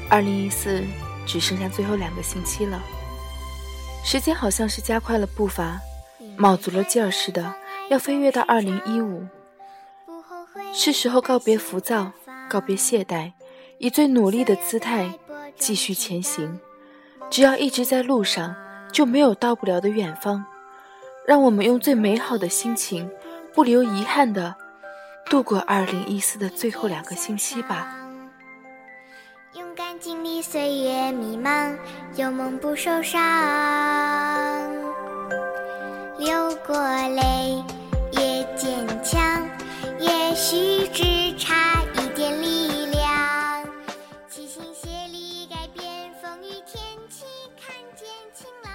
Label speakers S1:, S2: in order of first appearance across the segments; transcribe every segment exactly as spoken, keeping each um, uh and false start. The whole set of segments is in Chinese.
S1: 二零一四只剩下最后两个星期了，时间好像是加快了步伐，卯足了劲儿似的要飞跃到二零一五。是时候告别浮躁，告别懈怠，以最努力的姿态继续前行。只要一直在路上，就没有到不了的远方。让我们用最美好的心情，不留遗憾地度过二零一四的最后两个星期吧。
S2: 勇敢经历岁月迷茫，有梦不受伤，流过泪也坚强，也许只差一点力量，齐心协力改变风雨天气，看见晴朗，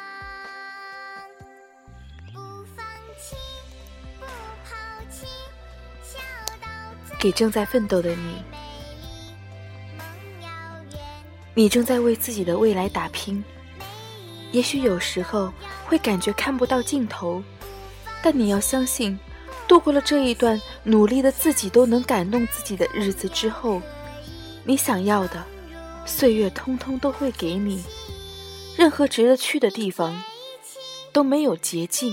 S2: 不放弃不抛弃，笑到最
S1: 给正在奋斗的你，你正在为自己的未来打拼，也许有时候会感觉看不到尽头，但你要相信，度过了这一段努力的自己都能感动自己的日子之后，你想要的岁月通通都会给你。任何值得去的地方都没有捷径。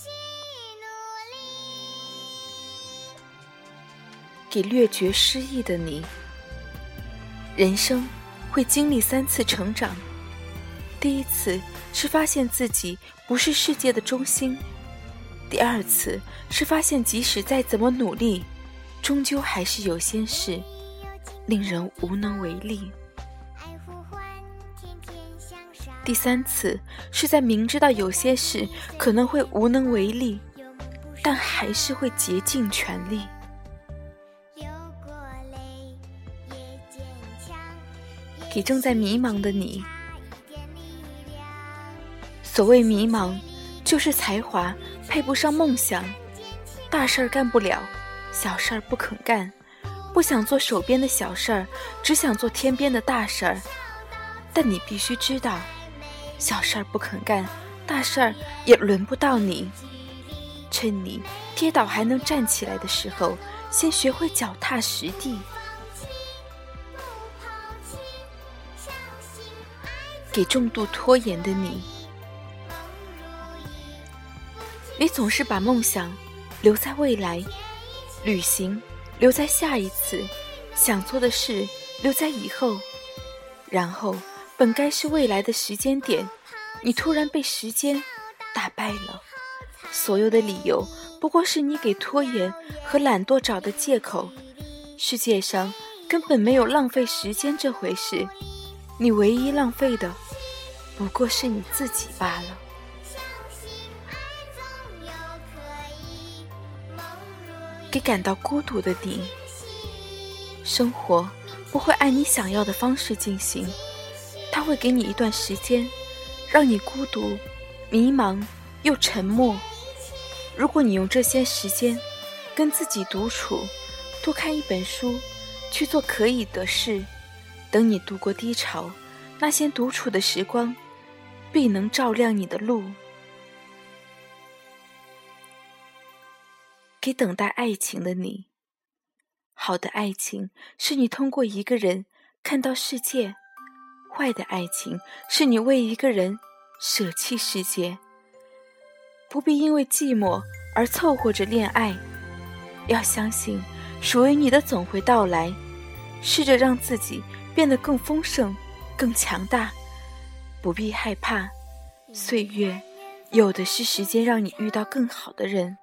S1: 给略觉失意的你，人生会经历三次成长。第一次是发现自己不是世界的中心，第二次是发现即使再怎么努力，终究还是有些事令人无能为力。第三次是在明知道有些事可能会无能为力，但还是会竭尽全力。给正在迷茫的你，所谓迷茫，就是才华配不上梦想，大事儿干不了，小事儿不肯干，不想做手边的小事儿，只想做天边的大事儿。但你必须知道，小事儿不肯干，大事儿也轮不到你。趁你跌倒还能站起来的时候，先学会脚踏实地。给重度拖延的你，你总是把梦想留在未来，旅行留在下一次，想做的事留在以后，然后本该是未来的时间点，你突然被时间打败了。所有的理由不过是你给拖延和懒惰找的借口。世界上根本没有浪费时间这回事，你唯一浪费的不过是你自己罢了。给感到孤独的你，生活不会按你想要的方式进行，它会给你一段时间，让你孤独、迷茫又沉默。如果你用这些时间跟自己独处，多看一本书，去做可以的事，等你度过低潮，那些独处的时光必能照亮你的路。给等待爱情的你，好的爱情是你通过一个人看到世界，坏的爱情是你为一个人舍弃世界。不必因为寂寞而凑合着恋爱，要相信属于你的总会到来，试着让自己变得更丰盛、更强大。不必害怕，岁月有的是时间让你遇到更好的人。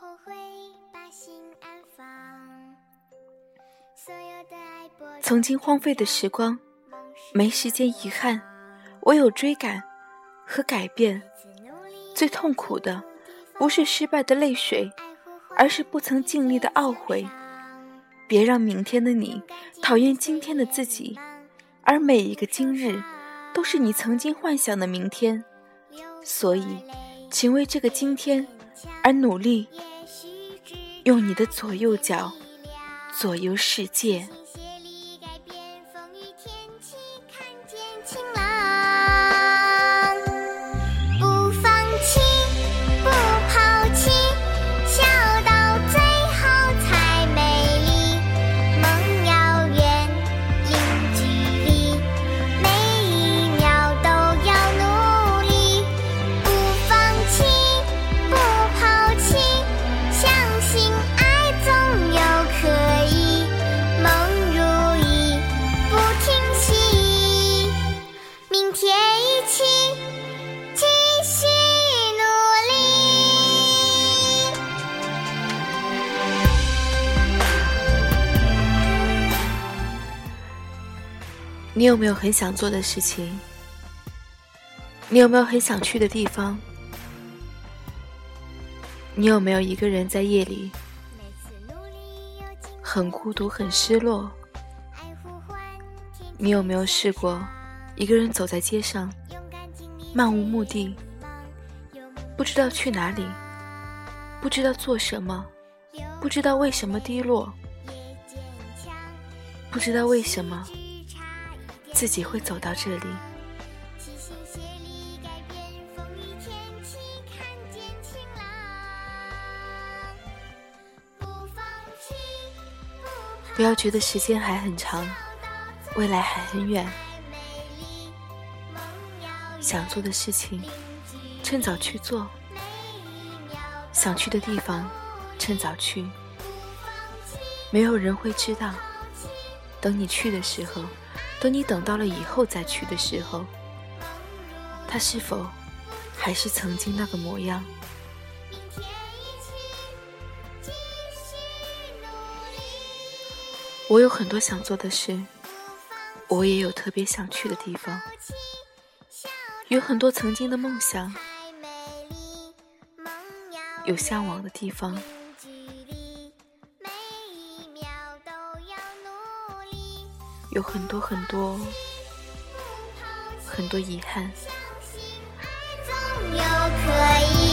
S1: 曾经荒废的时光，没时间遗憾，唯有追赶和改变。最痛苦的不是失败的泪水，而是不曾尽力的懊悔。别让明天的你讨厌今天的自己，而每一个今日都是你曾经幻想的明天。所以请为这个今天而努力，用你的左右脚左右世界。 你有没有很想做的事情？你有没有很想去的地方？你有没有一个人在夜里很孤独很失落？你有没有试过一个人走在街上，漫无目的，不知道去哪里，不知道做什么，不知道为什么低落，不知道为什么自己会走到这里？不要觉得时间还很长，未来还很远，想做的事情趁早去做，想去的地方趁早去。没有人会知道，等你去的时候，等你等到了以后再去的时候，它是否还是曾经那个模样？我有很多想做的事，我也有特别想去的地方，有很多曾经的梦想，有向往的地方，有很多很多很多遗憾。
S2: 总有可以